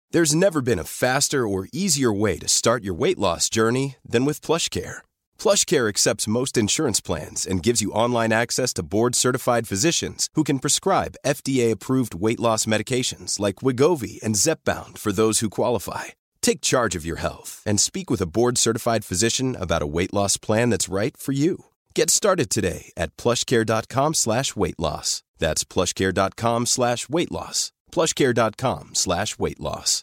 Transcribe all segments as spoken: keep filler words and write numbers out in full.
There's never been a faster or easier way to start your weight loss journey than with PlushCare. PlushCare accepts most insurance plans and gives you online access to board-certified physicians who can prescribe F D A-approved weight loss medications like Wegovy and Zepbound for those who qualify. Take charge of your health and speak with a board-certified physician about a weight loss plan that's right for you. Get started today at plushcare.com slash weight loss. That's plushcare.com slash weight loss. plushcare.com slash weight loss.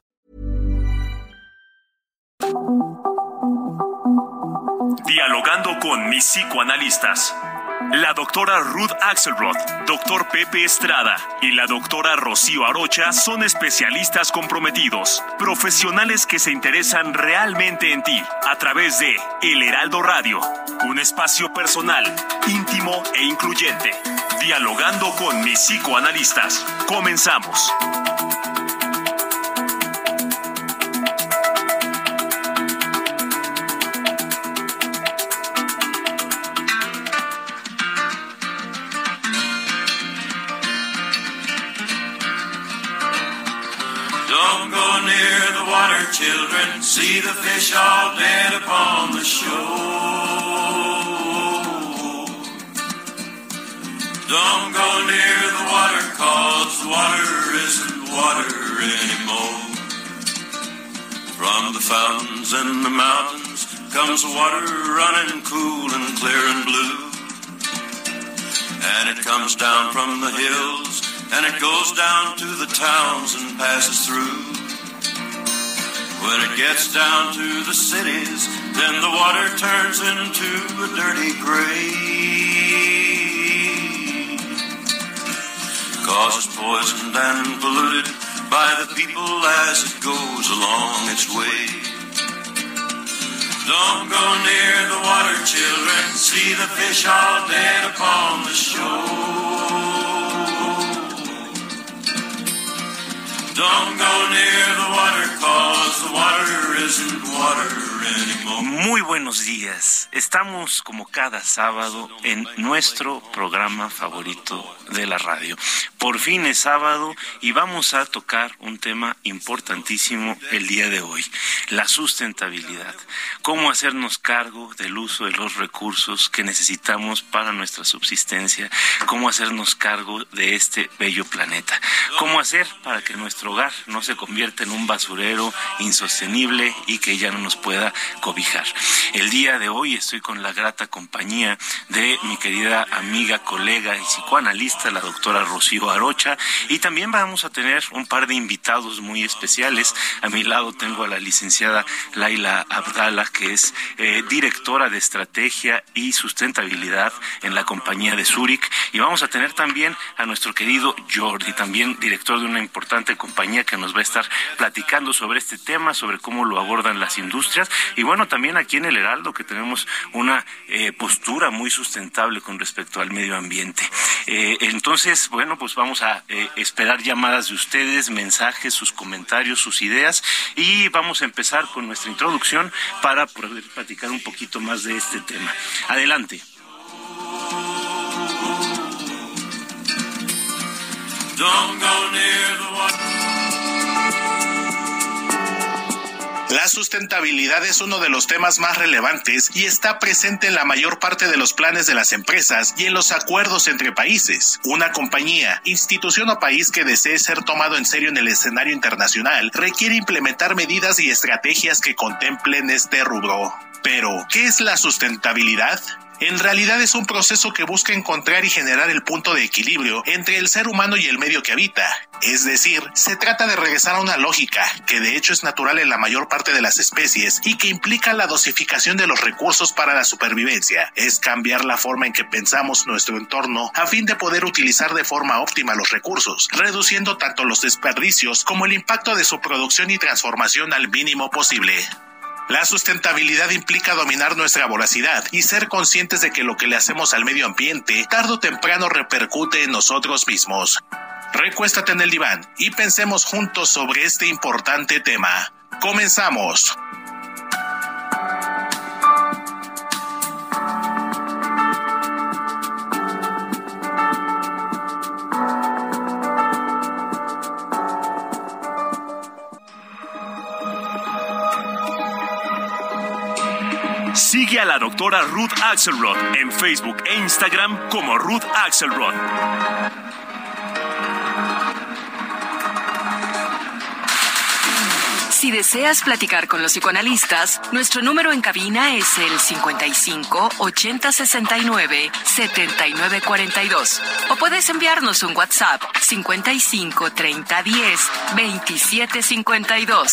Dialogando con mis psicoanalistas. La doctora Ruth Axelrod, doctor Pepe Estrada y la doctora Rocío Arocha son especialistas comprometidos, profesionales que se interesan realmente en ti a través de El Heraldo Radio, un espacio personal, íntimo e incluyente. Dialogando con mis psicoanalistas. Comenzamos. Don't go near the water, children. See the fish all dead upon the shore. Don't go near the water, 'cause the water isn't water anymore. From the fountains in the mountains comes the water running cool and clear and blue. And it comes down from the hills, and it goes down to the towns and passes through. When it gets down to the cities, then the water turns into a dirty gray. 'Cause it's poisoned and polluted by the people as it goes along its way. Don't go near the water, children. See the fish all dead upon the shore. Don't go near the water, 'cause the water isn't water anymore. Muy buenos días. Estamos como cada sábado en nuestro programa favorito de la radio. Por fin es sábado y vamos a tocar un tema importantísimo el día de hoy: la sustentabilidad. Cómo hacernos cargo del uso de los recursos que necesitamos para nuestra subsistencia, cómo hacernos cargo de este bello planeta, cómo hacer para que nuestro hogar no se convierta en un basurero insostenible y que ya no nos pueda cobijar. El día de hoy estoy con la grata compañía de mi querida amiga, colega y psicoanalista, la doctora Rocío Arocha, y también vamos a tener un par de invitados muy especiales. A mi lado tengo a la licenciada Laila Abdala, que es eh, directora de estrategia y sustentabilidad en la compañía de Zurich, y vamos a tener también a nuestro querido Jordi, también director de una importante compañía, que nos va a estar platicando sobre este tema, sobre cómo lo abordan las industrias, y bueno, también aquí en El Heraldo, que tenemos una eh, postura muy sustentable con respecto al medio ambiente. Eh, entonces, bueno, pues vamos a eh, esperar llamadas de ustedes, mensajes, sus comentarios, sus ideas, y vamos a empezar con nuestra introducción para poder platicar un poquito más de este tema. Adelante. Don't go near the water. La sustentabilidad es uno de los temas más relevantes y está presente en la mayor parte de los planes de las empresas y en los acuerdos entre países. Una compañía, institución o país que desee ser tomado en serio en el escenario internacional requiere implementar medidas y estrategias que contemplen este rubro. Pero, ¿qué es la sustentabilidad? En realidad es un proceso que busca encontrar y generar el punto de equilibrio entre el ser humano y el medio que habita. Es decir, se trata de regresar a una lógica, que de hecho es natural en la mayor parte de las especies y que implica la dosificación de los recursos para la supervivencia. Es cambiar la forma en que pensamos nuestro entorno a fin de poder utilizar de forma óptima los recursos, reduciendo tanto los desperdicios como el impacto de su producción y transformación al mínimo posible. La sustentabilidad implica dominar nuestra voracidad y ser conscientes de que lo que le hacemos al medio ambiente tarde o temprano repercute en nosotros mismos. Recuéstate en el diván y pensemos juntos sobre este importante tema. ¡Comenzamos! Sigue a la doctora Ruth Axelrod en Facebook e Instagram como Ruth Axelrod. Si deseas platicar con los psicoanalistas, nuestro número en cabina es el cincuenta y cinco, ochenta, sesenta y nueve, setenta y nueve cuarenta y dos. O puedes enviarnos un WhatsApp cincuenta y cinco, treinta, diez, veintisiete cincuenta y dos.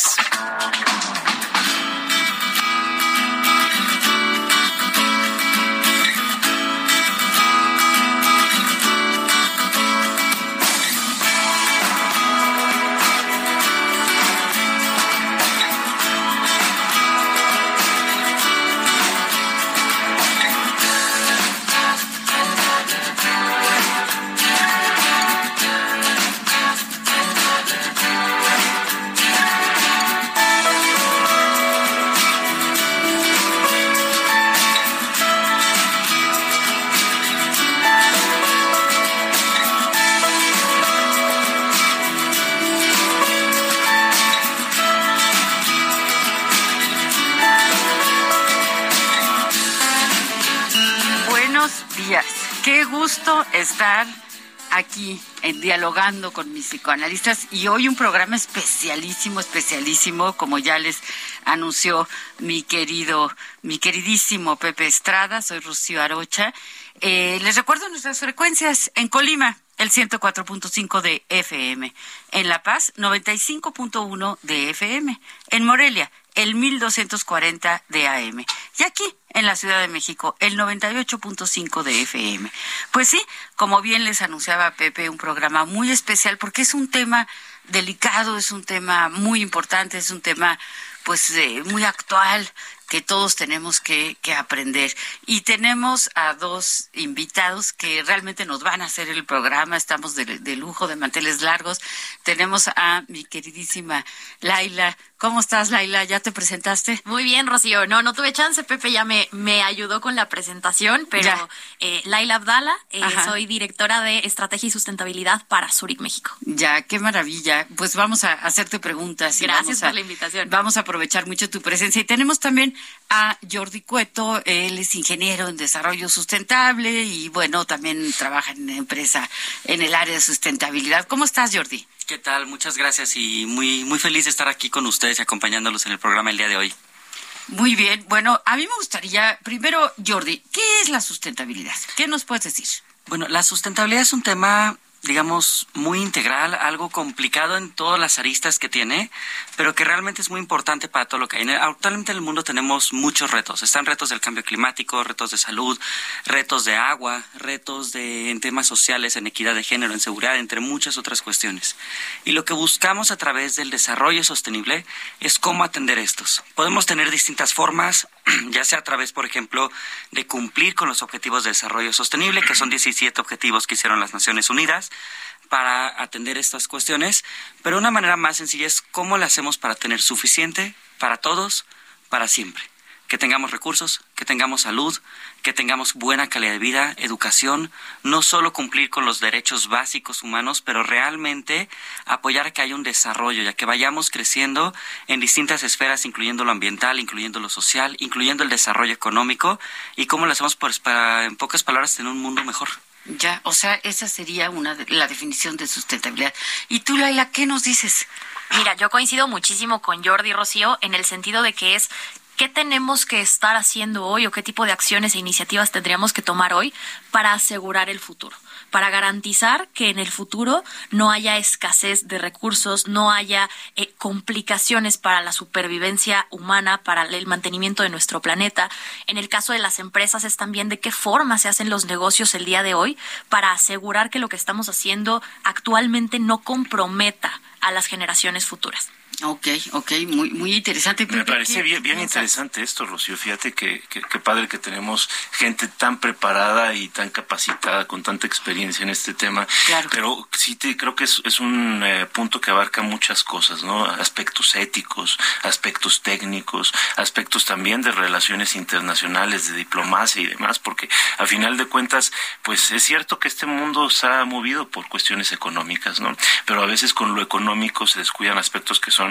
Qué gusto estar aquí en Dialogando con mis psicoanalistas y hoy un programa especialísimo, especialísimo, como ya les anunció mi querido, mi queridísimo Pepe Estrada. Soy Rocío Arocha. Eh, les recuerdo nuestras frecuencias en Colima, el ciento cuatro punto cinco de F M, en La Paz, noventa y cinco punto uno de F M, en Morelia, el mil doscientos cuarenta de A M, y aquí en la Ciudad de México, el noventa y ocho punto cinco de F M. Pues sí, como bien les anunciaba Pepe, un programa muy especial porque es un tema delicado, es un tema muy importante, es un tema pues eh, muy actual que todos tenemos que, que aprender. Y tenemos a dos invitados que realmente nos van a hacer el programa. Estamos de, de lujo, de manteles largos. Tenemos a mi queridísima Laila. ¿Cómo estás, Laila? ¿Ya te presentaste? Muy bien, Rocío. No, no tuve chance. Pepe ya me, me ayudó con la presentación, pero eh, Laila Abdala, eh, soy directora de Estrategia y Sustentabilidad para Zurich, México. Ya, qué maravilla. Pues vamos a hacerte preguntas. Y Gracias vamos por a, la invitación. Vamos a aprovechar mucho tu presencia. Y tenemos también a Jordi Cueto. Él es ingeniero en desarrollo sustentable y, bueno, también trabaja en una empresa en el área de sustentabilidad. ¿Cómo estás, Jordi? ¿Qué tal? Muchas gracias y muy muy feliz de estar aquí con ustedes y acompañándolos en el programa el día de hoy. Muy bien. Bueno, a mí me gustaría, primero, Jordi, ¿qué es la sustentabilidad? ¿Qué nos puedes decir? Bueno, la sustentabilidad es un tema, digamos, muy integral, algo complicado en todas las aristas que tiene, pero que realmente es muy importante para todo lo que hay. Actualmente en el mundo tenemos muchos retos. Están retos del cambio climático, retos de salud, retos de agua, retos de, en temas sociales, en equidad de género, en seguridad, entre muchas otras cuestiones. Y lo que buscamos a través del desarrollo sostenible es cómo atender estos. Podemos tener distintas formas, ya sea a través, por ejemplo, de cumplir con los objetivos de desarrollo sostenible, que son diecisiete objetivos que hicieron las Naciones Unidas, para atender estas cuestiones, pero una manera más sencilla es cómo lo hacemos para tener suficiente para todos, para siempre. Que tengamos recursos, que tengamos salud, que tengamos buena calidad de vida, educación, no solo cumplir con los derechos básicos humanos, pero realmente apoyar a que haya un desarrollo, ya que vayamos creciendo en distintas esferas, incluyendo lo ambiental, incluyendo lo social, incluyendo el desarrollo económico, y cómo lo hacemos pues, para, en pocas palabras, tener un mundo mejor. Ya, o sea, esa sería una de, la definición de sustentabilidad. Y tú, Laila, ¿qué nos dices? Mira, yo coincido muchísimo con Jordi y Rocío en el sentido de que es ¿qué tenemos que estar haciendo hoy o qué tipo de acciones e iniciativas tendríamos que tomar hoy para asegurar el futuro? Para garantizar que en el futuro no haya escasez de recursos, no haya eh, complicaciones para la supervivencia humana, para el mantenimiento de nuestro planeta. En el caso de las empresas es también de qué forma se hacen los negocios el día de hoy para asegurar que lo que estamos haciendo actualmente no comprometa a las generaciones futuras. Ok, ok, muy muy interesante. Me parece bien, bien interesante esto, Rocío. Fíjate que, que, que padre que tenemos gente tan preparada y tan capacitada, con tanta experiencia en este tema. Claro. Pero sí te, creo que es, es un eh, punto que abarca muchas cosas, ¿no? Aspectos éticos, aspectos técnicos, aspectos también de relaciones internacionales, de diplomacia y demás, porque a final de cuentas, pues es cierto que este mundo se ha movido por cuestiones económicas, ¿no? Pero a veces con lo económico se descuidan aspectos que son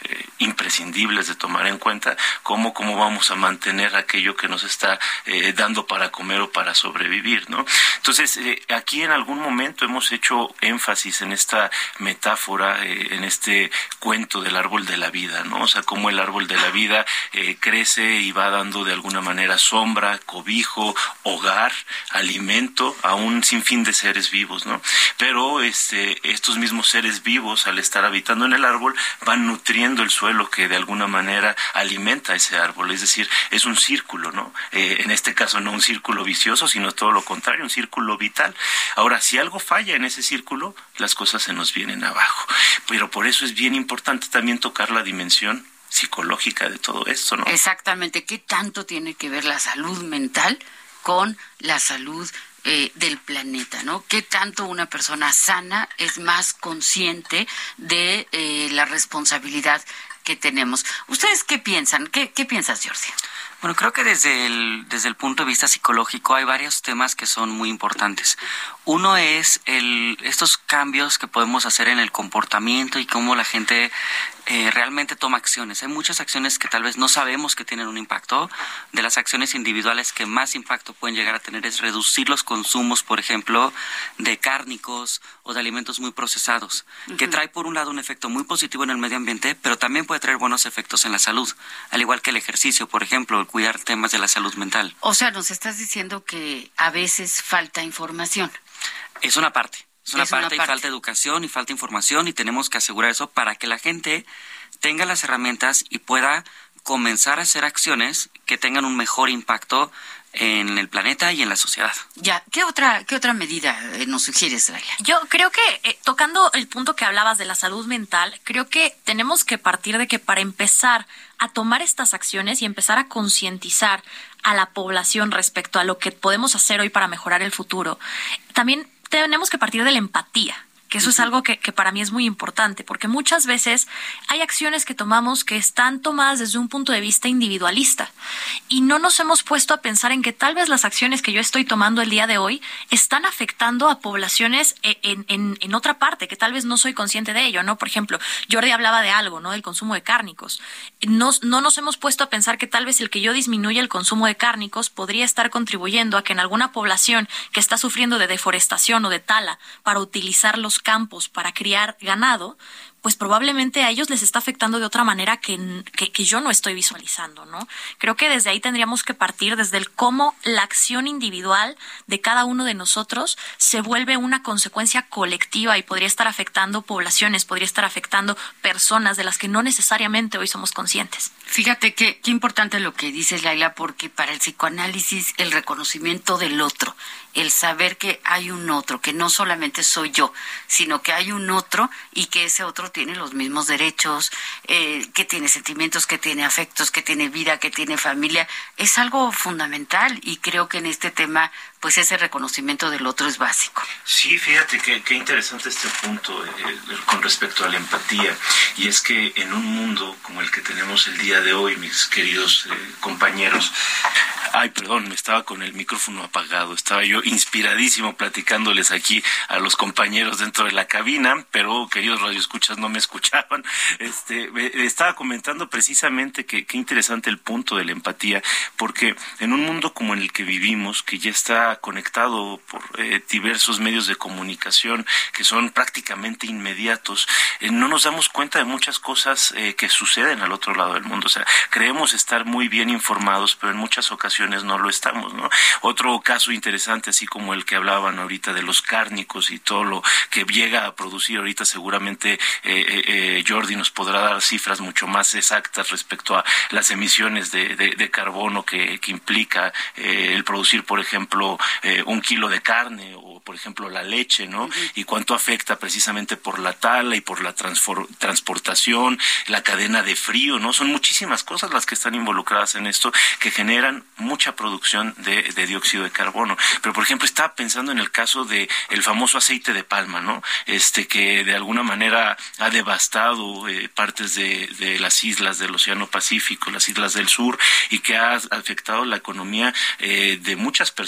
eh, imprescindibles de tomar en cuenta, como cómo vamos a mantener aquello que nos está eh, dando para comer o para sobrevivir, ¿no? Entonces, eh, aquí en algún momento hemos hecho énfasis en esta metáfora, eh, en este cuento del árbol de la vida, ¿no? O sea, cómo el árbol de la vida eh, crece y va dando de alguna manera sombra, cobijo, hogar, alimento a un sinfín de seres vivos, ¿no? Pero este, estos mismos seres vivos, al estar habitando en el árbol, van nutriendo el suelo que de alguna manera alimenta ese árbol. Es decir, es un círculo, ¿no? Eh, en este caso no un círculo vicioso, sino todo lo contrario, un círculo vital. Ahora, si algo falla en ese círculo, las cosas se nos vienen abajo. Pero por eso es bien importante también tocar la dimensión psicológica de todo esto, ¿no? Exactamente. ¿Qué tanto tiene que ver la salud mental con la salud eh, del planeta, ¿no? ¿Qué tanto una persona sana es más consciente de eh, la responsabilidad que tenemos? ¿Ustedes qué piensan? ¿Qué, qué piensas, Jordi? Bueno, creo que desde el, desde el punto de vista psicológico hay varios temas que son muy importantes. Uno es el, estos cambios que podemos hacer en el comportamiento y cómo la gente eh, realmente toma acciones. Hay muchas acciones que tal vez no sabemos que tienen un impacto. De las acciones individuales que más impacto pueden llegar a tener es reducir los consumos, por ejemplo, de cárnicos o de alimentos muy procesados, uh-huh. que trae por un lado un efecto muy positivo en el medio ambiente, pero también puede traer buenos efectos en la salud, al igual que el ejercicio, por ejemplo, el cuidar temas de la salud mental. O sea, nos estás diciendo que a veces falta información. Es una parte. Es una, es parte, una y parte. falta educación y falta información, y tenemos que asegurar eso para que la gente tenga las herramientas y pueda comenzar a hacer acciones que tengan un mejor impacto en el planeta y en la sociedad. Ya, ¿qué otra qué otra medida eh, nos sugieres, Laila? Yo creo que, eh, tocando el punto que hablabas de la salud mental, creo que tenemos que partir de que para empezar a tomar estas acciones y empezar a concientizar a la población respecto a lo que podemos hacer hoy para mejorar el futuro, también tenemos que partir de la empatía. Que eso es algo que, que para mí es muy importante, porque muchas veces hay acciones que tomamos que están tomadas desde un punto de vista individualista y no nos hemos puesto a pensar en que tal vez las acciones que yo estoy tomando el día de hoy están afectando a poblaciones en, en, en otra parte, que tal vez no soy consciente de ello, ¿no? Por ejemplo, Jordi hablaba de algo, ¿no? Del consumo de cárnicos. No, no nos hemos puesto a pensar que tal vez el que yo disminuya el consumo de cárnicos podría estar contribuyendo a que en alguna población que está sufriendo de deforestación o de tala para utilizar los campos para criar ganado, pues probablemente a ellos les está afectando de otra manera que, que, que yo no estoy visualizando, ¿no? Creo que desde ahí tendríamos que partir desde el cómo la acción individual de cada uno de nosotros se vuelve una consecuencia colectiva y podría estar afectando poblaciones, podría estar afectando personas de las que no necesariamente hoy somos conscientes. Fíjate que qué importante lo que dices, Laila, porque para el psicoanálisis el reconocimiento del otro, el saber que hay un otro, que no solamente soy yo, sino que hay un otro y que ese otro tiene los mismos derechos, eh, que tiene sentimientos, que tiene afectos, que tiene vida, que tiene familia, es algo fundamental y creo que en este tema pues ese reconocimiento del otro es básico. Sí, fíjate qué qué interesante este punto eh, con respecto a la empatía, y es que en un mundo como el que tenemos el día de hoy, mis queridos eh, compañeros, ay, perdón, me estaba con el micrófono apagado, estaba yo inspiradísimo platicándoles aquí a los compañeros dentro de la cabina, pero queridos radioescuchas no me escuchaban. Este, me, estaba comentando precisamente que qué interesante el punto de la empatía, porque en un mundo como en el que vivimos, que ya está conectado por eh, diversos medios de comunicación que son prácticamente inmediatos, eh, no nos damos cuenta de muchas cosas eh, que suceden al otro lado del mundo. O sea, creemos estar muy bien informados, pero en muchas ocasiones no lo estamos, ¿no? Otro caso interesante, así como el que hablaban ahorita de los cárnicos y todo lo que llega a producir ahorita, seguramente eh, eh, eh, Jordi nos podrá dar cifras mucho más exactas respecto a las emisiones de, de, de carbono que, que implica eh, el producir, por ejemplo, eh, un kilo de carne o, por ejemplo, la leche, ¿no? Uh-huh. Y cuánto afecta precisamente por la tala y por la transfor- transportación, la cadena de frío, ¿no? Son muchísimas cosas las que están involucradas en esto que generan mucha producción de, de dióxido de carbono. Pero, por ejemplo, estaba pensando en el caso de el famoso aceite de palma, ¿no? Este que de alguna manera ha devastado eh, partes de, de las islas del Océano Pacífico, las islas del sur, y que ha afectado la economía eh, de muchas personas,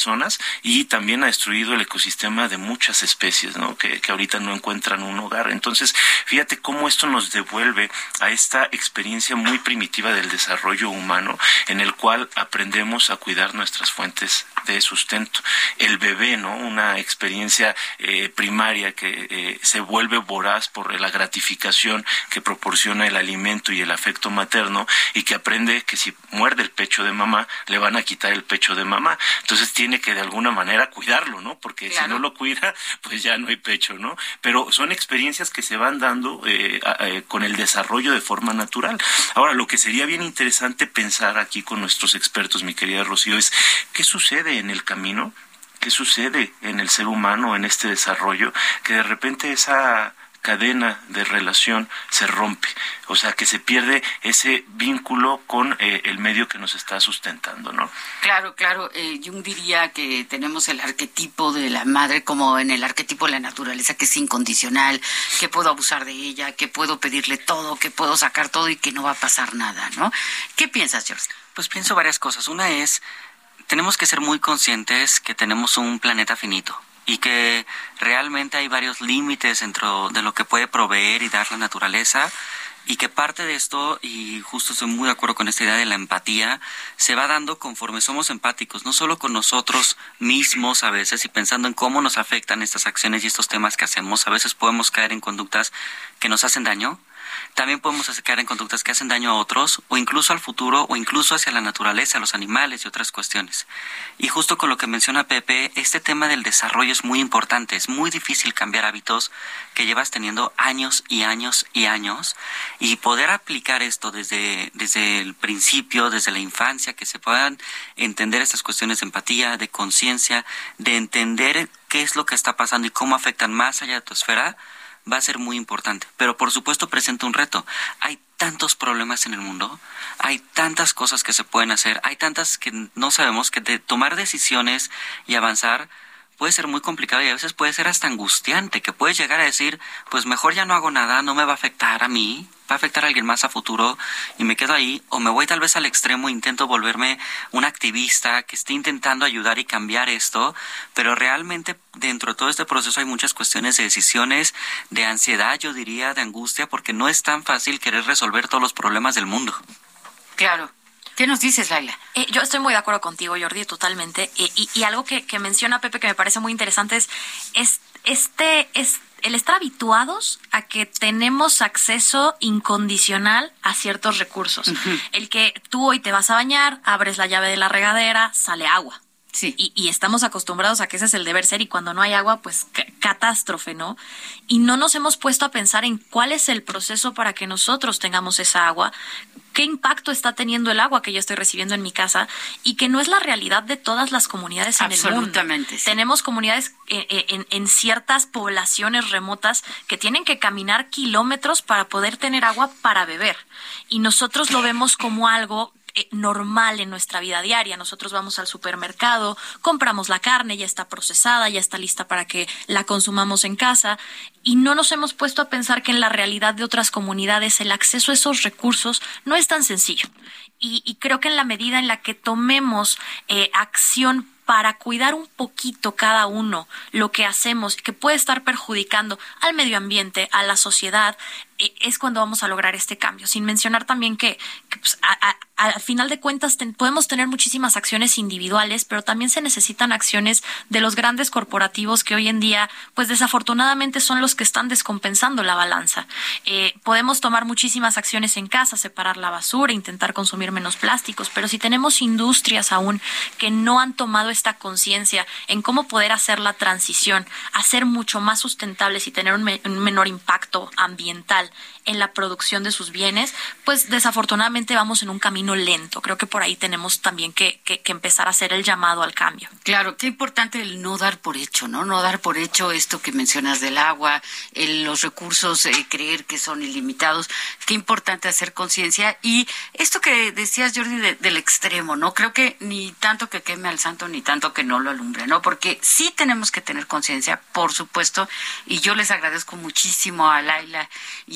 y también ha destruido el ecosistema de muchas especies, ¿no? Que, que ahorita no encuentran un hogar. Entonces, fíjate cómo esto nos devuelve a esta experiencia muy primitiva del desarrollo humano, en el cual aprendemos a cuidar nuestras fuentes de sustento. El bebé, ¿no? Una experiencia eh, primaria que eh, se vuelve voraz por la gratificación que proporciona el alimento y el afecto materno, y que aprende que si muerde el pecho de mamá, le van a quitar el pecho de mamá. Entonces tiene que de alguna manera cuidarlo, ¿no? Porque claro, si no lo cuida, pues ya no hay pecho, ¿no? Pero son experiencias que se van dando eh, eh, con el desarrollo de forma natural. Ahora, lo que sería bien interesante pensar aquí con nuestros expertos, mi querida Rocío, es ¿qué sucede en el camino? ¿Qué sucede en el ser humano, en este desarrollo? Que de repente esa cadena de relación se rompe, o sea, que se pierde ese vínculo con eh, el medio que nos está sustentando, ¿no? Claro, claro. Eh, Jung diría que tenemos el arquetipo de la madre como en el arquetipo de la naturaleza, que es incondicional, que puedo abusar de ella, que puedo pedirle todo, que puedo sacar todo y que no va a pasar nada, ¿no? ¿Qué piensas, George? Pues pienso varias cosas. Una es, tenemos que ser muy conscientes que tenemos un planeta finito y que realmente hay varios límites dentro de lo que puede proveer y dar la naturaleza, y que parte de esto, y justo estoy muy de acuerdo con esta idea de la empatía, se va dando conforme somos empáticos, no solo con nosotros mismos a veces, y pensando en cómo nos afectan estas acciones y estos temas que hacemos. A veces podemos caer en conductas que nos hacen daño. También podemos caer en conductas que hacen daño a otros, o incluso al futuro, o incluso hacia la naturaleza, a los animales y otras cuestiones. Y justo con lo que menciona Pepe, este tema del desarrollo es muy importante. Es muy difícil cambiar hábitos que llevas teniendo años y años y años, y poder aplicar esto desde, desde el principio, desde la infancia, que se puedan entender estas cuestiones de empatía, de conciencia, de entender qué es lo que está pasando y cómo afectan más allá de tu esfera, va a ser muy importante. Pero por supuesto presenta un reto. Hay tantos problemas en el mundo, hay tantas cosas que se pueden hacer, hay tantas que no sabemos, que de tomar decisiones y avanzar puede ser muy complicado, y a veces puede ser hasta angustiante, que puedes llegar a decir, pues mejor ya no hago nada, no me va a afectar a mí, va a afectar a alguien más a futuro, y me quedo ahí, o me voy tal vez al extremo, intento volverme un activista que esté intentando ayudar y cambiar esto, pero realmente dentro de todo este proceso hay muchas cuestiones de decisiones, de ansiedad, yo diría, de angustia, porque no es tan fácil querer resolver todos los problemas del mundo. Claro. ¿Qué nos dices, Laila? Eh, yo estoy muy de acuerdo contigo, Jordi, totalmente. Eh, y, y algo que, que menciona Pepe que me parece muy interesante es, es este es el estar habituados a que tenemos acceso incondicional a ciertos recursos. Uh-huh. El que tú hoy te vas a bañar, abres la llave de la regadera, sale agua. Sí. Y, y estamos acostumbrados a que ese es el deber ser, y cuando no hay agua, pues c- catástrofe, ¿no? Y no nos hemos puesto a pensar en cuál es el proceso para que nosotros tengamos esa agua, qué impacto está teniendo el agua que yo estoy recibiendo en mi casa, y que no es la realidad de todas las comunidades en el mundo. Absolutamente. Sí. Tenemos comunidades en, en, en ciertas poblaciones remotas que tienen que caminar kilómetros para poder tener agua para beber. Y nosotros lo vemos como algo normal en nuestra vida diaria. Nosotros vamos al supermercado, compramos la carne, ya está procesada, ya está lista para que la consumamos en casa, y no nos hemos puesto a pensar que en la realidad de otras comunidades el acceso a esos recursos no es tan sencillo. Y, y creo que en la medida en la que tomemos eh, acción para cuidar un poquito cada uno lo que hacemos, que puede estar perjudicando al medio ambiente, a la sociedad, eh, es cuando vamos a lograr este cambio. Sin mencionar también que, que pues, a, a, al final de cuentas ten, podemos tener muchísimas acciones individuales, pero también se necesitan acciones de los grandes corporativos que hoy en día, pues desafortunadamente son los que están descompensando la balanza. Eh, podemos tomar muchísimas acciones en casa, separar la basura, intentar consumir menos plásticos, pero si tenemos industrias aún que no han tomado esta conciencia en cómo poder hacer la transición a ser mucho más sustentables y tener un, me- un menor impacto ambiental en la producción de sus bienes, pues desafortunadamente vamos en un camino lento. Creo que por ahí tenemos también que, que, que empezar a hacer el llamado al cambio. Claro, qué importante el no dar por hecho, ¿no? No dar por hecho esto que mencionas del agua, el, los recursos, eh, creer que son ilimitados. Qué importante hacer conciencia. Y esto que decías, Jordi, de, del extremo, ¿no? Creo que ni tanto que queme al santo, ni tanto que no lo alumbre, ¿no? Porque sí tenemos que tener conciencia, por supuesto, y yo les agradezco muchísimo a Laila y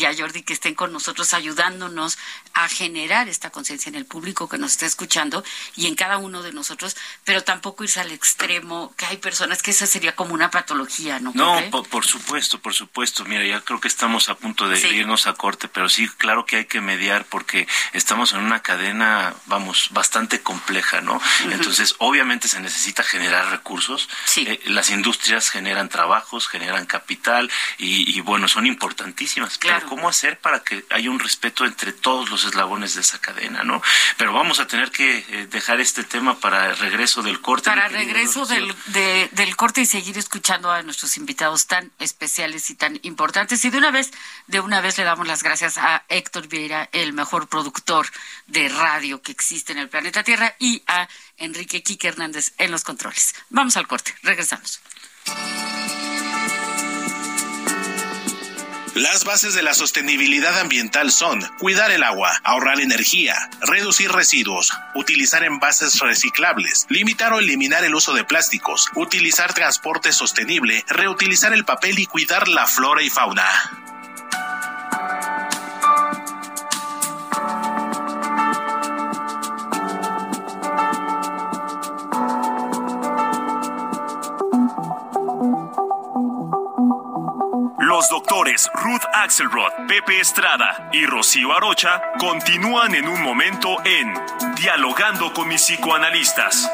a Jordi que estén con nosotros ayudándonos a generar esta conciencia en el público que nos está escuchando y en cada uno de nosotros, pero tampoco irse al extremo, que hay personas que esa sería como una patología, ¿no? No, por, por supuesto, por supuesto. Mira, ya creo que estamos a punto de sí. irnos a corte, pero sí, claro que hay que mediar porque estamos en una cadena, vamos, bastante compleja, ¿no? Uh-huh. Entonces, obviamente se necesita generar recursos. Sí. Eh, las industrias generan trabajos, generan capital y, y bueno, son importantísimas. Claro. Pero ¿cómo hacer para que haya un respeto entre todos los eslabones de esa cadena, ¿no? Pero vamos a tener que eh, dejar este tema para el regreso del corte. Para regreso del, de, del corte y seguir escuchando a nuestros invitados tan especiales y tan importantes. Y de una vez, de una vez le damos las gracias a Héctor Vieira, el mejor productor de radio que existe en el planeta Tierra, y a Enrique Quique Hernández en los controles. Vamos al corte, regresamos. Las bases de la sostenibilidad ambiental son cuidar el agua, ahorrar energía, reducir residuos, utilizar envases reciclables, limitar o eliminar el uso de plásticos, utilizar transporte sostenible, reutilizar el papel y cuidar la flora y fauna. Los doctores Ruth Axelrod, Pepe Estrada y Rocío Arocha continúan en un momento en Dialogando con mis psicoanalistas.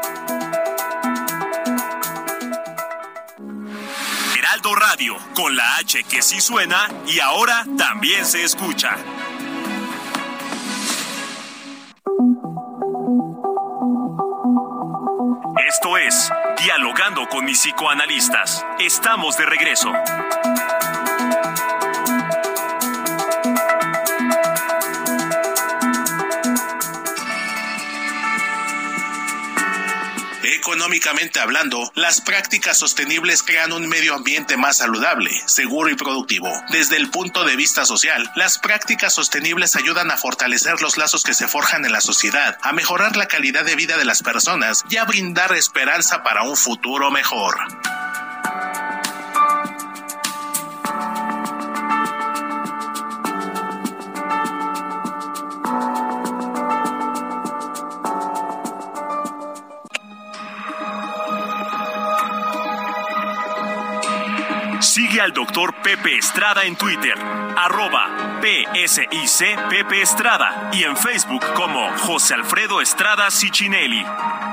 Heraldo Radio, con la H que sí suena y ahora también se escucha. Esto es Dialogando con mis psicoanalistas. Estamos de regreso. Económicamente hablando, las prácticas sostenibles crean un medio ambiente más saludable, seguro y productivo. Desde el punto de vista social, las prácticas sostenibles ayudan a fortalecer los lazos que se forjan en la sociedad, a mejorar la calidad de vida de las personas y a brindar esperanza para un futuro mejor. Sigue al doctor Pepe Estrada en Twitter, arroba P S I C Pepe Estrada, y en Facebook como José Alfredo Estrada Cicinelli.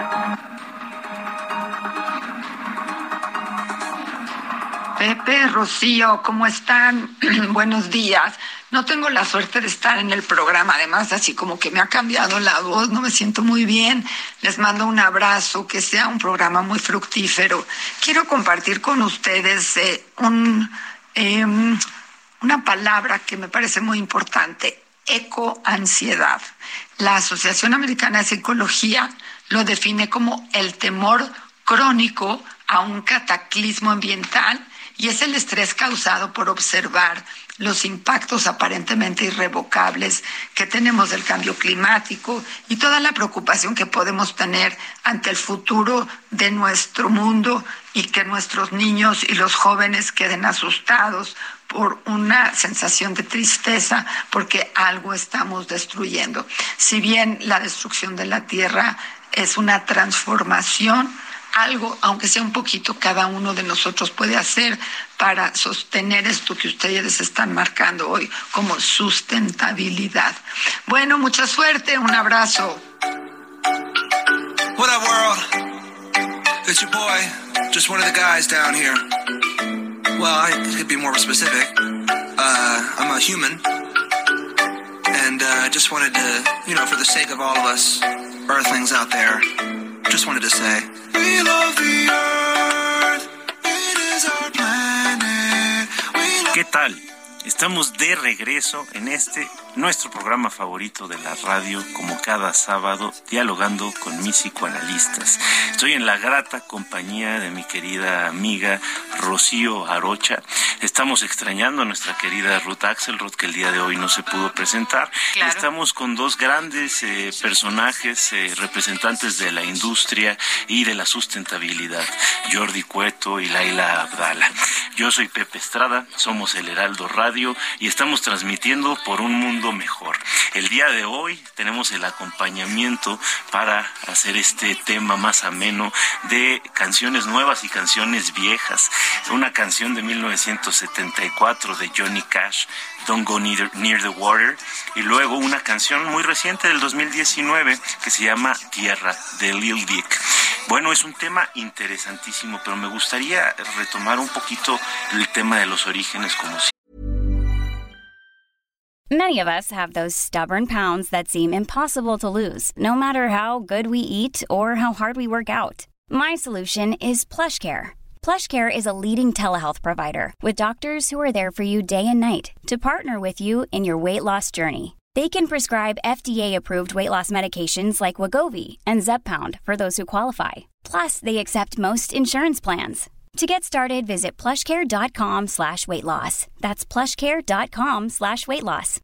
Pepe, Rocío, ¿cómo están? Buenos días. No tengo la suerte de estar en el programa, además así como que me ha cambiado la voz, no me siento muy bien. Les mando un abrazo, que sea un programa muy fructífero. Quiero compartir con ustedes eh, un, eh, una palabra que me parece muy importante, ecoansiedad. La Asociación Americana de Psicología lo define como el temor crónico a un cataclismo ambiental, y es el estrés causado por observar los impactos aparentemente irrevocables que tenemos del cambio climático y toda la preocupación que podemos tener ante el futuro de nuestro mundo, y que nuestros niños y los jóvenes queden asustados por una sensación de tristeza porque algo estamos destruyendo. Si bien la destrucción de la tierra es una transformación, algo, aunque sea un poquito, cada uno de nosotros puede hacer para sostener esto que ustedes están marcando hoy como sustentabilidad. Bueno, mucha suerte, un abrazo. What up, world? It's your boy, just one of the guys down here. Well, I could be more specific. Uh, I'm a human, and uh, just wanted to, you know, for the sake of all of us earthlings out there, just wanted to say, we love the earth, it is our planet. ¿Qué tal? Estamos de regreso en este, nuestro programa favorito de la radio, como cada sábado, dialogando con mis psicoanalistas. Estoy en la grata compañía de mi querida amiga Rocío Arocha. Estamos extrañando a nuestra querida Ruth Axelrod, que el día de hoy no se pudo presentar. Claro. Estamos con dos grandes eh, personajes, eh, representantes de la industria y de la sustentabilidad, Jordi Cueto y Laila Abdala. Yo soy Pepe Estrada, somos el Heraldo Radio y estamos transmitiendo por un mundo mejor. El día de hoy tenemos el acompañamiento para hacer este tema más ameno de canciones nuevas y canciones viejas. Una canción de mil novecientos setenta y cuatro de Johnny Cash, Don't Go Near, Near the Water, y luego una canción muy reciente del dos mil diecinueve que se llama Tierra, de Lil Dick. Bueno, es un tema interesantísimo, pero me gustaría retomar un poquito el tema de los orígenes como si... Many of us have those stubborn pounds that seem impossible to lose, no matter how good we eat or how hard we work out. My solution is PlushCare. PlushCare is a leading telehealth provider with doctors who are there for you day and night to partner with you in your weight loss journey. They can prescribe F D A-approved weight loss medications like Wegovy and Zepbound for those who qualify. Plus, they accept most insurance plans. To get started, visit plushcare.com slash weight loss. That's plushcare.com slash weight loss.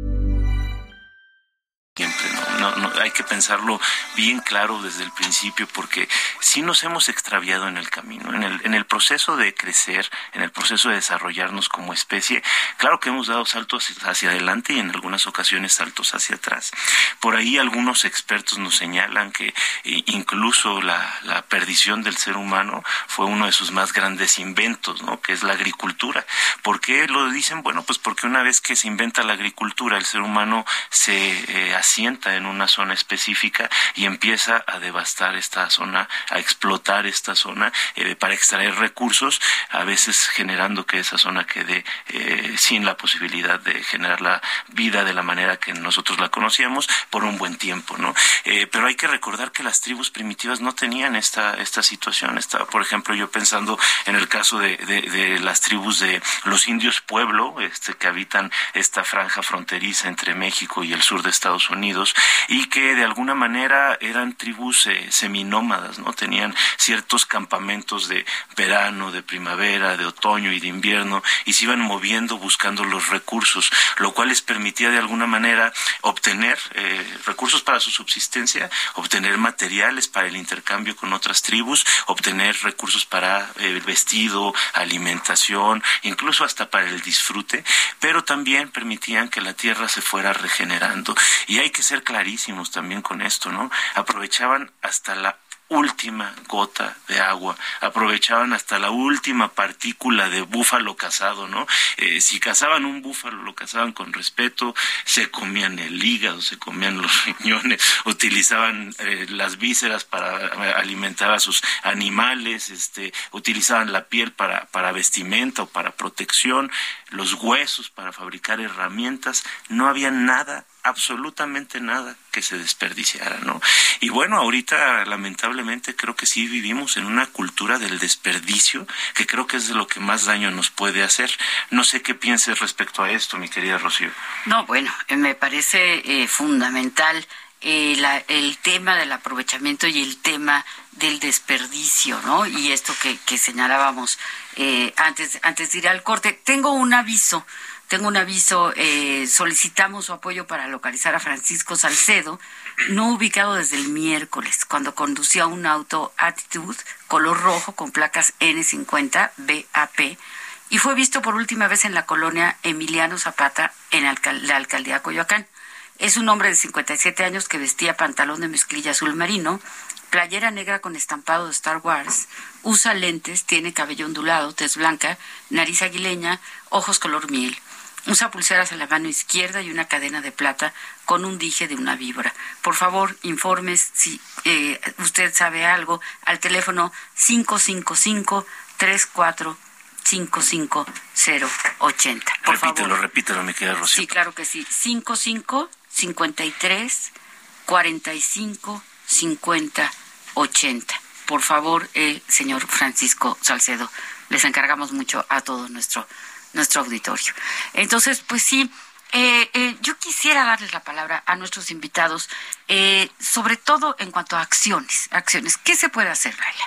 Siempre, no, no, no, hay que pensarlo bien claro desde el principio, porque sí nos hemos extraviado en el camino, en el, en el proceso de crecer, en el proceso de desarrollarnos como especie. Claro que hemos dado saltos hacia adelante y en algunas ocasiones saltos hacia atrás. Por ahí algunos expertos nos señalan que eh, incluso la, la perdición del ser humano fue uno de sus más grandes inventos, ¿no? Que es la agricultura. ¿Por qué lo dicen? Bueno, pues porque una vez que se inventa la agricultura, el ser humano se eh, asienta en una zona específica y empieza a devastar esta zona, a explotar esta zona eh, para extraer recursos, a veces generando que esa zona quede eh, sin la posibilidad de generar la vida de la manera que nosotros la conocíamos por un buen tiempo, ¿no? Eh, pero hay que recordar que las tribus primitivas no tenían esta esta situación. Estaba, por ejemplo, yo pensando en el caso de, de, de las tribus de los indios pueblo, este, que habitan esta franja fronteriza entre México y el sur de Estados Unidos, y que de alguna manera eran tribus eh, seminómadas, ¿no? Tenían ciertos campamentos de verano, de primavera, de otoño y de invierno, y se iban moviendo buscando los recursos, lo cual les permitía de alguna manera obtener eh, recursos para su subsistencia, obtener materiales para el intercambio con otras tribus, obtener recursos para el eh, vestido, alimentación, incluso hasta para el disfrute, pero también permitían que la tierra se fuera regenerando. Y hay que ser clarísimos también con esto, ¿no? Aprovechaban hasta la última gota de agua, aprovechaban hasta la última partícula de búfalo cazado, ¿no? Eh, si cazaban un búfalo, lo cazaban con respeto, se comían el hígado, se comían los riñones, utilizaban eh, las vísceras para alimentar a sus animales, este, utilizaban la piel para, para vestimenta o para protección, los huesos para fabricar herramientas. No había nada, absolutamente nada que se desperdiciara, ¿no? Y bueno, ahorita lamentablemente creo que sí vivimos en una cultura del desperdicio, que creo que es de lo que más daño nos puede hacer. No sé qué pienses respecto a esto, mi querida Rocío. No, bueno, me parece eh, fundamental eh, la, el tema del aprovechamiento y el tema del desperdicio, ¿no? Y esto que, que señalábamos eh, antes, antes de ir al corte. Tengo un aviso. Tengo un aviso, eh, solicitamos su apoyo para localizar a Francisco Salcedo, no ubicado desde el miércoles, cuando conducía un auto Attitude color rojo con placas ene cincuenta B A P y fue visto por última vez en la colonia Emiliano Zapata en alcal- la alcaldía Coyoacán. Es un hombre de cincuenta y siete años que vestía pantalón de mezclilla azul marino, playera negra con estampado de Star Wars, usa lentes, tiene cabello ondulado, tez blanca, nariz aguileña, ojos color miel. Usa pulseras en la mano izquierda y una cadena de plata con un dije de una víbora. Por favor, informes si eh, usted sabe algo al teléfono cinco cinco cinco, tres cuatro cinco cinco cero ocho cero. Por repítelo, favor. repítelo, mi querida Rocío. Sí, claro que sí. cinco cinco, cincuenta y tres, cuarenta y cinco, cincuenta, ochenta. Por favor, el señor Francisco Salcedo. Les encargamos mucho a todo nuestro nuestro auditorio. Entonces, pues sí, eh, eh, yo quisiera darles la palabra a nuestros invitados, eh, sobre todo en cuanto a acciones, acciones. ¿Qué se puede hacer, Laila?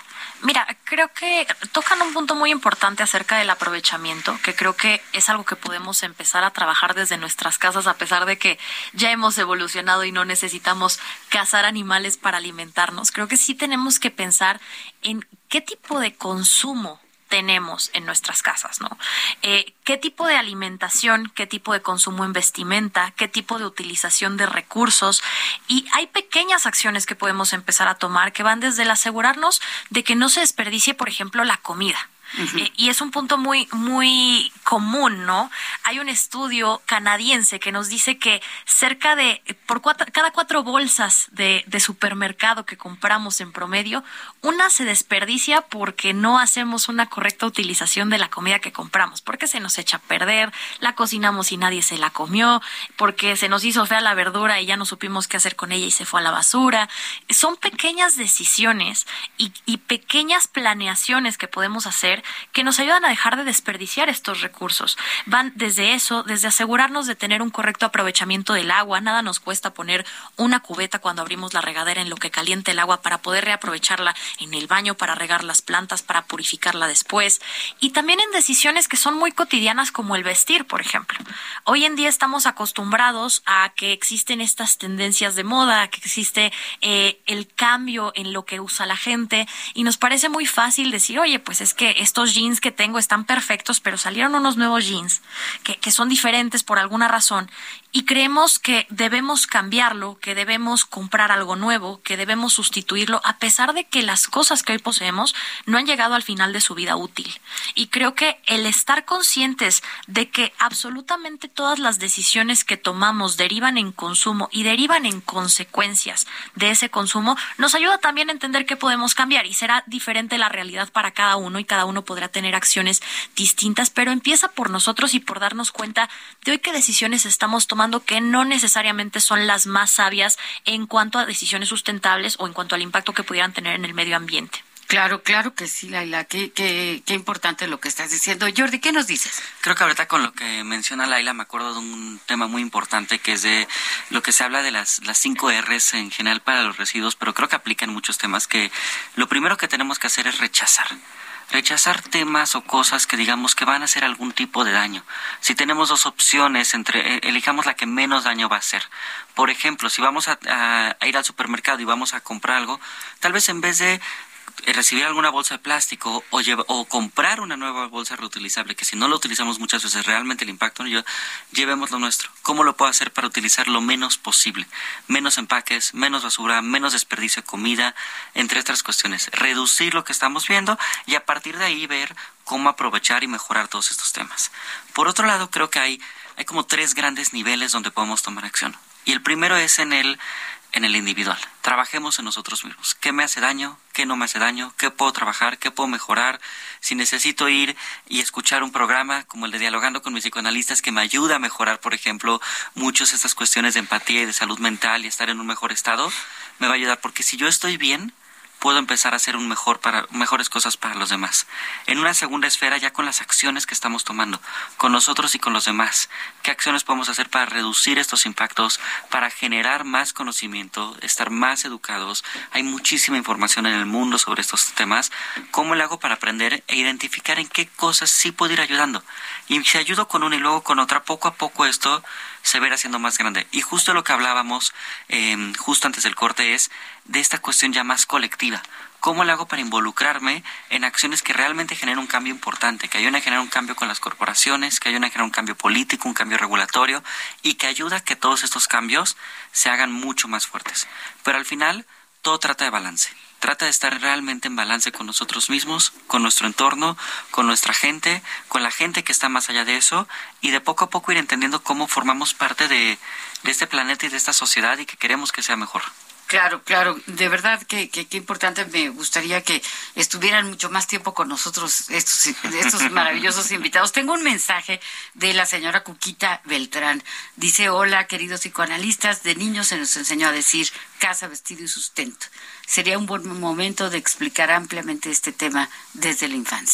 Mira, creo que tocan un punto muy importante acerca del aprovechamiento, que creo que es algo que podemos empezar a trabajar desde nuestras casas, a pesar de que ya hemos evolucionado y no necesitamos cazar animales para alimentarnos. Creo que sí tenemos que pensar en qué tipo de consumo tenemos en nuestras casas, ¿no? Eh, ¿Qué tipo de alimentación, qué tipo de consumo en vestimenta, qué tipo de utilización de recursos? Y hay pequeñas acciones que podemos empezar a tomar que van desde el asegurarnos de que no se desperdicie, por ejemplo, la comida. Uh-huh. Eh, y es un punto muy, muy común, ¿no? Hay un estudio canadiense que nos dice que cerca de, por cuatro, cada cuatro bolsas de, de supermercado que compramos en promedio, una se desperdicia porque no hacemos una correcta utilización de la comida que compramos, porque se nos echa a perder, la cocinamos y nadie se la comió, porque se nos hizo fea la verdura y ya no supimos qué hacer con ella y se fue a la basura. Son pequeñas decisiones y, y pequeñas planeaciones que podemos hacer que nos ayudan a dejar de desperdiciar estos recursos. Van desde eso, desde asegurarnos de tener un correcto aprovechamiento del agua. Nada nos cuesta poner una cubeta cuando abrimos la regadera en lo que caliente el agua para poder reaprovecharla en el baño, para regar las plantas, para purificarla después. Y también en decisiones que son muy cotidianas como el vestir, por ejemplo. Hoy en día estamos acostumbrados a que existen estas tendencias de moda, a que existe eh, el cambio en lo que usa la gente y nos parece muy fácil decir, oye, pues es que estos jeans que tengo están perfectos, pero salieron unos nuevos jeans que, que son diferentes por alguna razón y creemos que debemos cambiarlo, que debemos comprar algo nuevo, que debemos sustituirlo, a pesar de que las cosas que hoy poseemos no han llegado al final de su vida útil. Y creo que el estar conscientes de que absolutamente todas las decisiones que tomamos derivan en consumo y derivan en consecuencias de ese consumo, nos ayuda también a entender que podemos cambiar y será diferente la realidad para cada uno y cada uno podrá tener acciones distintas, pero empieza por nosotros y por darnos cuenta de hoy qué decisiones estamos tomando que no necesariamente son las más sabias en cuanto a decisiones sustentables o en cuanto al impacto que pudieran tener en el medio ambiente. Claro, claro que sí, Laila. Qué, qué, qué importante lo que estás diciendo. Jordi, ¿qué nos dices? Creo que ahorita con lo que menciona Laila me acuerdo de un tema muy importante que es de lo que se habla de las, las cinco R's en general para los residuos, pero creo que aplica en muchos temas, que lo primero que tenemos que hacer es rechazar. Rechazar temas o cosas que digamos que van a hacer algún tipo de daño. Si tenemos dos opciones, entre elijamos la que menos daño va a hacer. Por ejemplo, si vamos a, a, a ir al supermercado y vamos a comprar algo, tal vez en vez de recibir alguna bolsa de plástico o, lleva, o comprar una nueva bolsa reutilizable, que si no lo utilizamos muchas veces realmente el impacto no lleva, llevemos lo nuestro. ¿Cómo lo puedo hacer para utilizar lo menos posible? Menos empaques, menos basura, menos desperdicio de comida, entre otras cuestiones. Reducir lo que estamos viendo y a partir de ahí ver cómo aprovechar y mejorar todos estos temas. Por otro lado, creo que hay, hay como tres grandes niveles donde podemos tomar acción. Y el primero es en el en el individual. Trabajemos en nosotros mismos. ¿Qué me hace daño? ¿Qué no me hace daño? ¿Qué puedo trabajar? ¿Qué puedo mejorar? Si necesito ir y escuchar un programa como el de Dialogando con mis psicoanalistas que me ayuda a mejorar, por ejemplo, muchas de estas cuestiones de empatía y de salud mental y estar en un mejor estado, me va a ayudar. Porque si yo estoy bien, puedo empezar a hacer un mejor para, mejores cosas para los demás. En una segunda esfera, ya con las acciones que estamos tomando, con nosotros y con los demás, ¿qué acciones podemos hacer para reducir estos impactos, para generar más conocimiento, estar más educados? Hay muchísima información en el mundo sobre estos temas. ¿Cómo le hago para aprender e identificar en qué cosas sí puedo ir ayudando? Y si ayudo con una y luego con otra, poco a poco esto se verá siendo más grande. Y justo lo que hablábamos eh, justo antes del corte es de esta cuestión ya más colectiva. ¿Cómo le hago para involucrarme en acciones que realmente generen un cambio importante? Que ayuden a generar un cambio con las corporaciones, que ayuden a generar un cambio político, un cambio regulatorio y que ayuda a que todos estos cambios se hagan mucho más fuertes. Pero al final, todo trata de balance. Trata de estar realmente en balance con nosotros mismos, con nuestro entorno, con nuestra gente, con la gente que está más allá de eso y de poco a poco ir entendiendo cómo formamos parte de, de este planeta y de esta sociedad y que queremos que sea mejor. Claro, claro, de verdad que, que, que importante, me gustaría que estuvieran mucho más tiempo con nosotros estos, estos maravillosos invitados. Tengo un mensaje de la señora Cuquita Beltrán. Dice, hola, queridos psicoanalistas, de niños se nos enseñó a decir casa, vestido y sustento. Sería un buen momento de explicar ampliamente este tema desde la infancia.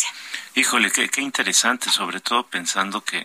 Híjole, qué, qué interesante, sobre todo pensando que eh,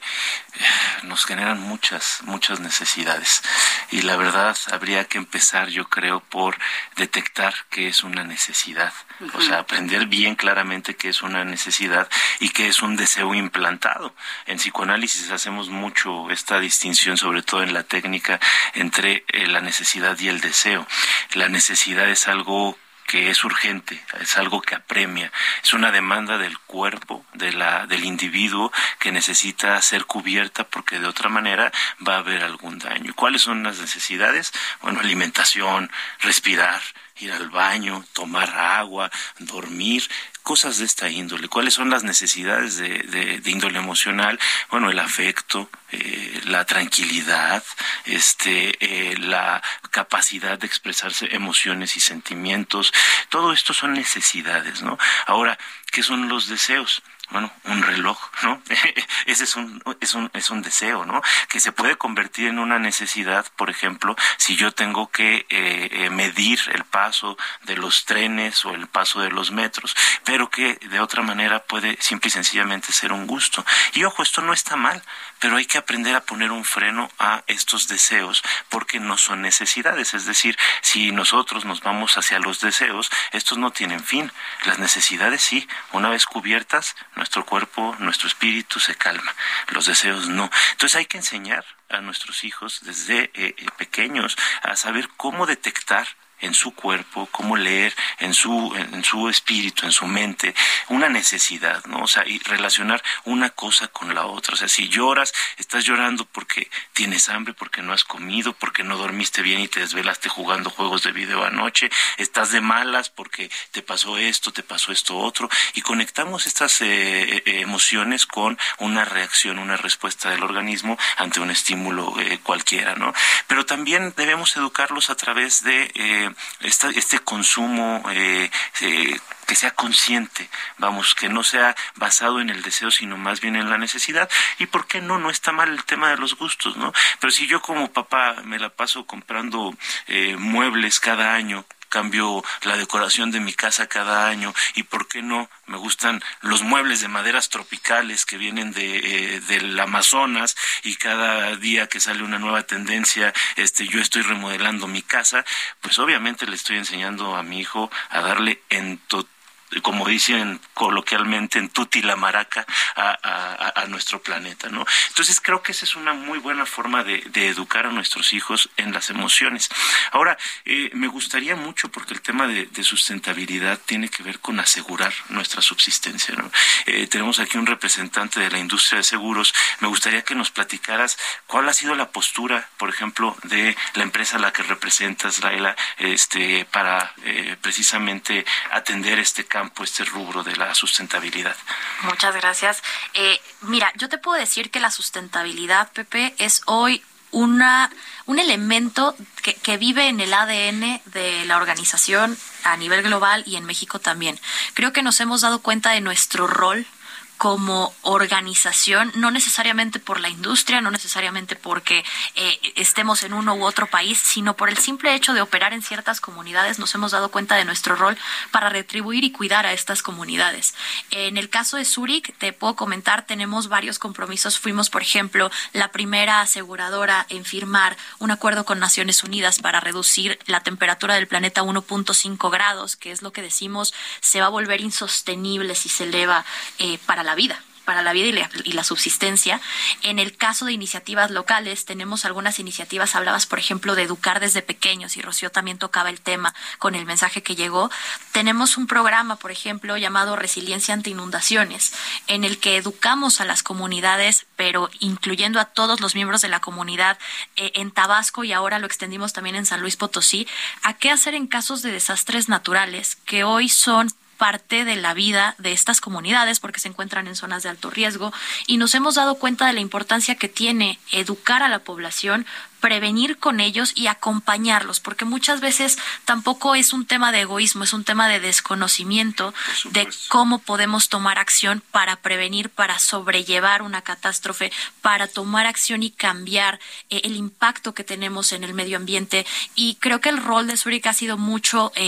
nos generan muchas, muchas necesidades. Y la verdad, habría que empezar, yo creo, por detectar qué es una necesidad. Uh-huh. O sea, aprender bien claramente qué es una necesidad y qué es un deseo implantado. En psicoanálisis hacemos mucho esta distinción, sobre todo en la técnica, entre eh, la necesidad y el deseo. La necesidad es algo que es urgente, es algo que apremia, es una demanda del cuerpo, de la, del individuo que necesita ser cubierta porque de otra manera va a haber algún daño. ¿Cuáles son las necesidades? Bueno, alimentación, respirar, ir al baño, tomar agua, dormir, cosas de esta índole. ¿Cuáles son las necesidades de, de, de índole emocional? Bueno, el afecto, eh, la tranquilidad, este, eh, la capacidad de expresarse emociones y sentimientos. Todo esto son necesidades, ¿no? Ahora, ¿qué son los deseos? Bueno, un reloj, ¿no? Ese es un, es un, es un deseo, ¿no? Que se puede convertir en una necesidad, por ejemplo, si yo tengo que eh, eh, medir el paso de los trenes o el paso de los metros, pero que de otra manera puede simple y sencillamente ser un gusto. Y ojo, esto no está mal, pero hay que aprender a poner un freno a estos deseos porque no son necesidades. Es decir, si nosotros nos vamos hacia los deseos, estos no tienen fin. Las necesidades sí, una vez cubiertas, nuestro cuerpo, nuestro espíritu se calma. Los deseos no. Entonces hay que enseñar a nuestros hijos desde eh, pequeños a saber cómo detectar en su cuerpo, cómo leer en su en su espíritu, en su mente, una necesidad, ¿no? O sea, y relacionar una cosa con la otra. O sea, si lloras, estás llorando porque tienes hambre, porque no has comido, porque no dormiste bien y te desvelaste jugando juegos de video anoche, estás de malas porque te pasó esto, te pasó esto otro, y conectamos estas eh, eh, emociones con una reacción, una respuesta del organismo ante un estímulo eh, cualquiera, ¿no? Pero también debemos educarlos a través de eh, Esta, este consumo eh, eh, que sea consciente, vamos, que no sea basado en el deseo, sino más bien en la necesidad. ¿Y por qué no? No está mal el tema de los gustos, ¿no? Pero si yo como papá me la paso comprando eh, muebles cada año, cambio la decoración de mi casa cada año, y por qué no, me gustan los muebles de maderas tropicales que vienen de eh, del Amazonas, y cada día que sale una nueva tendencia, este yo estoy remodelando mi casa, pues obviamente le estoy enseñando a mi hijo a darle en total, como dicen coloquialmente, en tutti la maraca a, a, a nuestro planeta, ¿no? Entonces creo que esa es una muy buena forma de, de educar a nuestros hijos en las emociones. Ahora, eh, me gustaría mucho, porque el tema de, de sustentabilidad tiene que ver con asegurar nuestra subsistencia, ¿no? Eh, tenemos aquí un representante de la industria de seguros. Me gustaría que nos platicaras cuál ha sido la postura, por ejemplo, de la empresa a la que representas, Laila, este, para eh, precisamente atender este campo, este rubro de la sustentabilidad. Muchas gracias. Eh, mira, yo te puedo decir que la sustentabilidad, Pepe, es hoy una un elemento que, que vive en el A D N de la organización a nivel global y en México también. Creo que nos hemos dado cuenta de nuestro rol como organización, no necesariamente por la industria, no necesariamente porque eh, estemos en uno u otro país, sino por el simple hecho de operar en ciertas comunidades. Nos hemos dado cuenta de nuestro rol para retribuir y cuidar a estas comunidades. En el caso de Zurich, te puedo comentar, tenemos varios compromisos. Fuimos, por ejemplo, la primera aseguradora en firmar un acuerdo con Naciones Unidas para reducir la temperatura del planeta a uno punto cinco grados, que es lo que decimos se va a volver insostenible si se eleva eh, para la vida, para la vida y la, y la subsistencia. En el caso de iniciativas locales, tenemos algunas iniciativas. Hablabas, por ejemplo, de educar desde pequeños, y Rocío también tocaba el tema con el mensaje que llegó. Tenemos un programa, por ejemplo, llamado Resiliencia ante Inundaciones, en el que educamos a las comunidades, pero incluyendo a todos los miembros de la comunidad eh, en Tabasco, y ahora lo extendimos también en San Luis Potosí, a qué hacer en casos de desastres naturales que hoy son parte de la vida de estas comunidades porque se encuentran en zonas de alto riesgo, y nos hemos dado cuenta de la importancia que tiene educar a la población, prevenir con ellos y acompañarlos, porque muchas veces tampoco es un tema de egoísmo, es un tema de desconocimiento de cómo podemos tomar acción para prevenir, para sobrellevar una catástrofe, para tomar acción y cambiar eh, el impacto que tenemos en el medio ambiente. Y creo que el rol de Zurich ha sido mucho eh,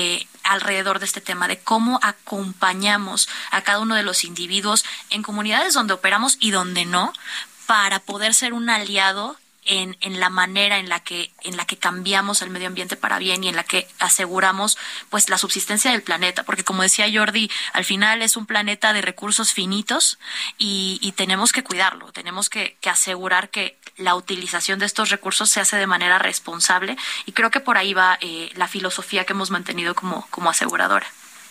alrededor de este tema, de cómo acompañamos a cada uno de los individuos en comunidades donde operamos y donde no, para poder ser un aliado En, en la manera en la que en la que cambiamos el medio ambiente para bien y en la que aseguramos pues la subsistencia del planeta, porque como decía Jordi, al final es un planeta de recursos finitos y, y tenemos que cuidarlo, tenemos que, que asegurar que la utilización de estos recursos se hace de manera responsable, y creo que por ahí va eh, la filosofía que hemos mantenido como, como aseguradora.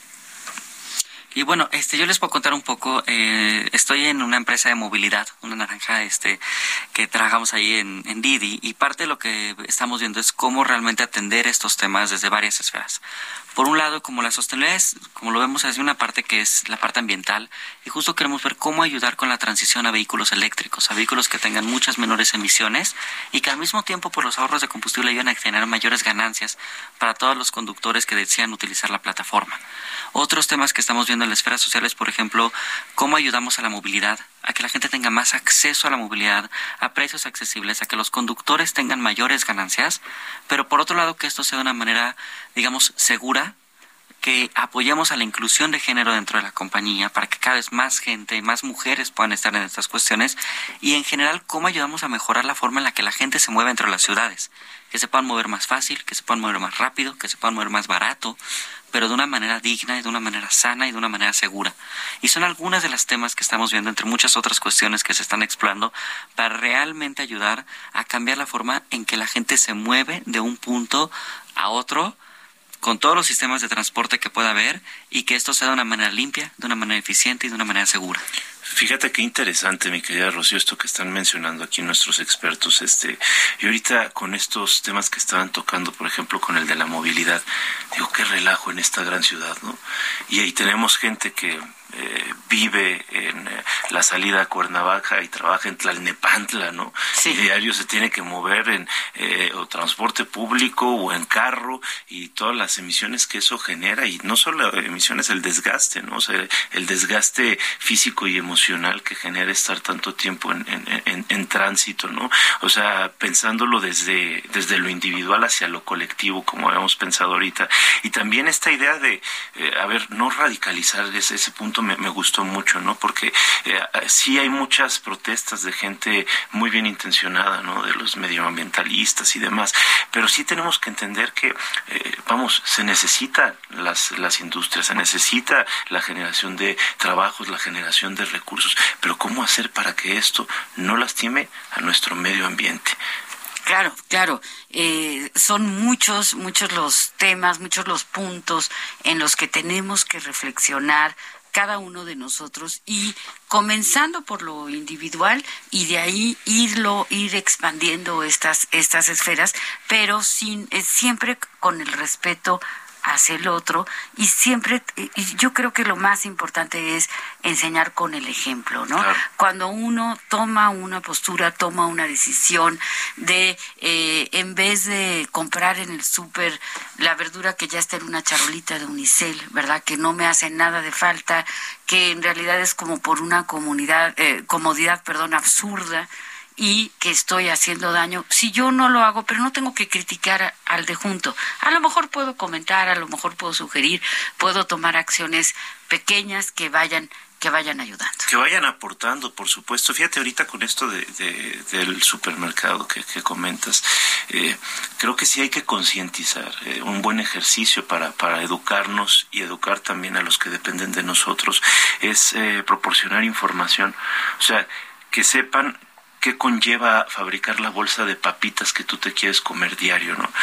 Y bueno, este, yo les puedo contar un poco. Eh, estoy en una empresa de movilidad, una naranja, este, que trabajamos ahí en, en Didi, y parte de lo que estamos viendo es cómo realmente atender estos temas desde varias esferas. Por un lado, como la sostenibilidad es, como lo vemos, es una parte que es la parte ambiental, y justo queremos ver cómo ayudar con la transición a vehículos eléctricos, a vehículos que tengan muchas menores emisiones y que al mismo tiempo por los ahorros de combustible ayuden a generar mayores ganancias para todos los conductores que desean utilizar la plataforma. Otros temas que estamos viendo en la esfera social es, por ejemplo, cómo ayudamos a la movilidad, a que la gente tenga más acceso a la movilidad, a precios accesibles, a que los conductores tengan mayores ganancias, pero por otro lado que esto sea de una manera, digamos, segura, que apoyemos a la inclusión de género dentro de la compañía para que cada vez más gente, más mujeres puedan estar en estas cuestiones, y en general cómo ayudamos a mejorar la forma en la que la gente se mueve entre las ciudades, que se puedan mover más fácil, que se puedan mover más rápido, que se puedan mover más barato, pero de una manera digna y de una manera sana y de una manera segura. Y son algunas de las temas que estamos viendo, entre muchas otras cuestiones que se están explorando, para realmente ayudar a cambiar la forma en que la gente se mueve de un punto a otro, con todos los sistemas de transporte que pueda haber, y que esto sea de una manera limpia, de una manera eficiente y de una manera segura. Fíjate qué interesante, mi querida Rocío, esto que están mencionando aquí nuestros expertos. Este, y ahorita con estos temas que estaban tocando, por ejemplo, con el de la movilidad, digo, qué relajo en esta gran ciudad, ¿no? Y ahí tenemos gente que eh, vive en eh, la salida a Cuernavaca y trabaja en Tlalnepantla, ¿no? Sí. Y diario se tiene que mover en eh, o transporte público o en carro, y todas las emisiones que eso genera, y no solo emisiones, el desgaste, ¿no? O sea, el desgaste físico y emocional que genera estar tanto tiempo en, en, en, en tránsito, ¿no? O sea, pensándolo desde, desde lo individual hacia lo colectivo, como habíamos pensado ahorita. Y también esta idea de, eh, a ver, no radicalizar ese, ese punto me, me gustó mucho, ¿no? Porque eh, sí hay muchas protestas de gente muy bien intencionada, ¿no? De los medioambientalistas y demás, pero sí tenemos que entender que, eh, vamos, se necesitan las, las industrias, se necesita la generación de trabajos, la generación de recursos, pero ¿cómo hacer para que esto no lastime a nuestro medio ambiente? Claro, claro. Eh, son muchos, muchos los temas, muchos los puntos en los que tenemos que reflexionar cada uno de nosotros, y comenzando por lo individual y de ahí irlo, ir expandiendo estas, estas esferas, pero sin, eh, siempre con el respeto hacia el otro, y siempre, y yo creo que lo más importante es enseñar con el ejemplo, ¿no? Claro. Cuando uno toma una postura, toma una decisión de, eh, en vez de comprar en el súper la verdura que ya está en una charolita de unicel, ¿verdad? Que no me hace nada de falta, que en realidad es como por una comunidad, eh, comodidad, perdón, absurda, y que estoy haciendo daño. Si yo no lo hago, pero no tengo que criticar a, al de junto. A lo mejor puedo comentar, a lo mejor puedo sugerir, puedo tomar acciones pequeñas que vayan que vayan ayudando. Que vayan aportando, por supuesto. Fíjate ahorita con esto de, de del supermercado que, que comentas, eh, creo que sí hay que concientizar, eh, un buen ejercicio para, para educarnos y educar también a los que dependen de nosotros, es eh, proporcionar información. O sea, que sepan qué conlleva fabricar la bolsa de papitas que tú te quieres comer diario, ¿no?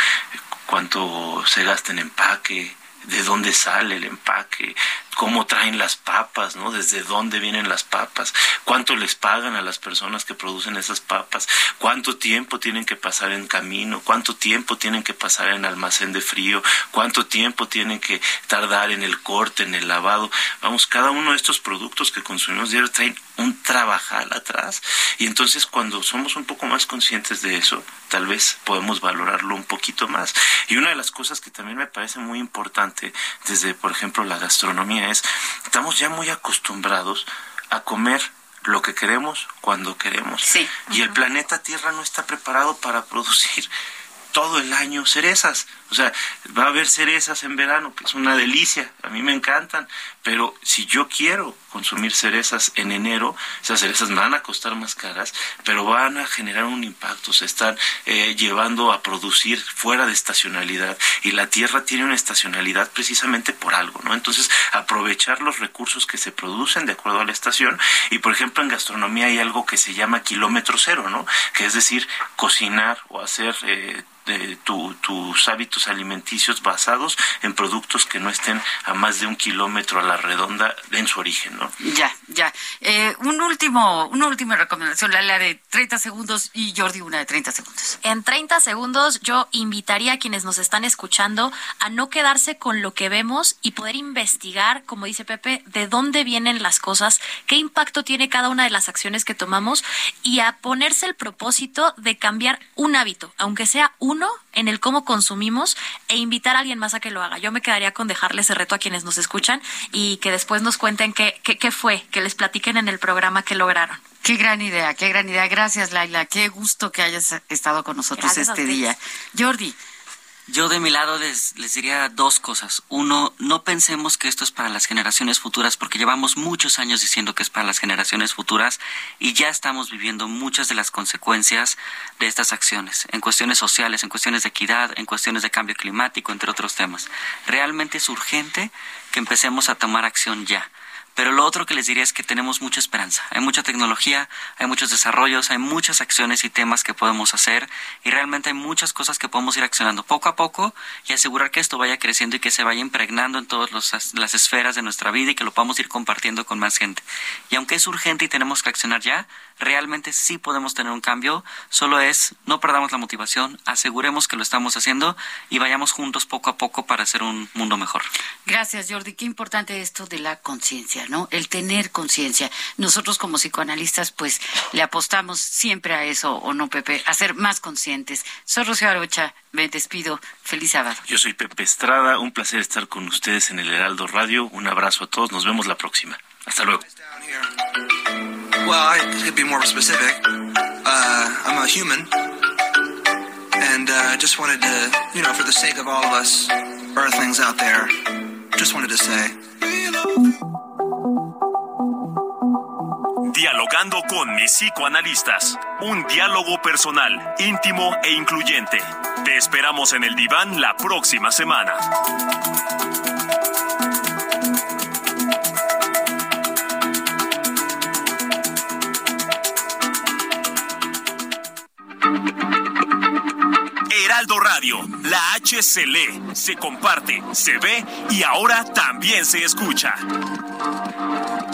Cuánto se gasta en empaque, de dónde sale el empaque, cómo traen las papas, ¿no? Desde dónde vienen las papas, cuánto les pagan a las personas que producen esas papas, cuánto tiempo tienen que pasar en camino, cuánto tiempo tienen que pasar en almacén de frío, cuánto tiempo tienen que tardar en el corte, en el lavado. Vamos, cada uno de estos productos que consumimos diario traen un trabajal atrás, y entonces cuando somos un poco más conscientes de eso, tal vez podemos valorarlo un poquito más. Y una de las cosas que también me parece muy importante desde, por ejemplo, la gastronomía es, estamos ya muy acostumbrados a comer lo que queremos cuando queremos. Sí. Y el planeta Tierra no está preparado para producir todo el año cerezas. O sea, va a haber cerezas en verano, que es una delicia, a mí me encantan, pero si yo quiero consumir cerezas en enero, esas cerezas me van a costar más caras, pero van a generar un impacto, se están eh, llevando a producir fuera de estacionalidad, y la tierra tiene una estacionalidad precisamente por algo, ¿no? Entonces, aprovechar los recursos que se producen de acuerdo a la estación, y por ejemplo en gastronomía hay algo que se llama kilómetro cero, ¿no? Que es decir, cocinar o hacer eh, de tu, tus hábitos alimenticios basados en productos que no estén a más de un kilómetro a la redonda en su origen, ¿no? Ya, ya. Eh, un último, una última recomendación, la de treinta segundos, y Jordi una de treinta segundos. En treinta segundos yo invitaría a quienes nos están escuchando a no quedarse con lo que vemos y poder investigar, como dice Pepe, de dónde vienen las cosas, qué impacto tiene cada una de las acciones que tomamos, y a ponerse el propósito de cambiar un hábito, aunque sea un uno en el cómo consumimos, e invitar a alguien más a que lo haga. Yo me quedaría con dejarle ese reto a quienes nos escuchan y que después nos cuenten qué, qué, qué fue, que les platiquen en el programa qué lograron. Qué gran idea, qué gran idea. Gracias, Laila. Qué gusto que hayas estado con nosotros Gracias este día. Jordi. Yo de mi lado les, les diría dos cosas. Uno, no pensemos que esto es para las generaciones futuras, porque llevamos muchos años diciendo que es para las generaciones futuras y ya estamos viviendo muchas de las consecuencias de estas acciones, en cuestiones sociales, en cuestiones de equidad, en cuestiones de cambio climático, entre otros temas. Realmente es urgente que empecemos a tomar acción ya. Pero lo otro que les diría es que tenemos mucha esperanza. Hay mucha tecnología, hay muchos desarrollos, hay muchas acciones y temas que podemos hacer, y realmente hay muchas cosas que podemos ir accionando poco a poco y asegurar que esto vaya creciendo y que se vaya impregnando en todas las esferas de nuestra vida y que lo podamos ir compartiendo con más gente. Y aunque es urgente y tenemos que accionar ya, realmente sí podemos tener un cambio. Solo es, no perdamos la motivación, aseguremos que lo estamos haciendo y vayamos juntos poco a poco para hacer un mundo mejor. Gracias, Jordi. Qué importante esto de la conciencia, ¿no? El tener conciencia. Nosotros como psicoanalistas, pues, le apostamos siempre a eso, ¿o no, Pepe? A ser más conscientes. Soy Rocío Arocha, me despido. Feliz sábado. Yo soy Pepe Estrada, un placer estar con ustedes en el Heraldo Radio. Un abrazo a todos, nos vemos la próxima. Hasta luego. Well, I could be more specific. Uh, I'm a human, and uh, just wanted to, you know, for the sake of all of us Earthlings out there, just wanted to say. Dialogando con mis psicoanalistas. Un diálogo personal, íntimo e incluyente. Te esperamos en el diván la próxima semana. Heraldo Radio, la H se lee, se comparte, se ve y ahora también se escucha.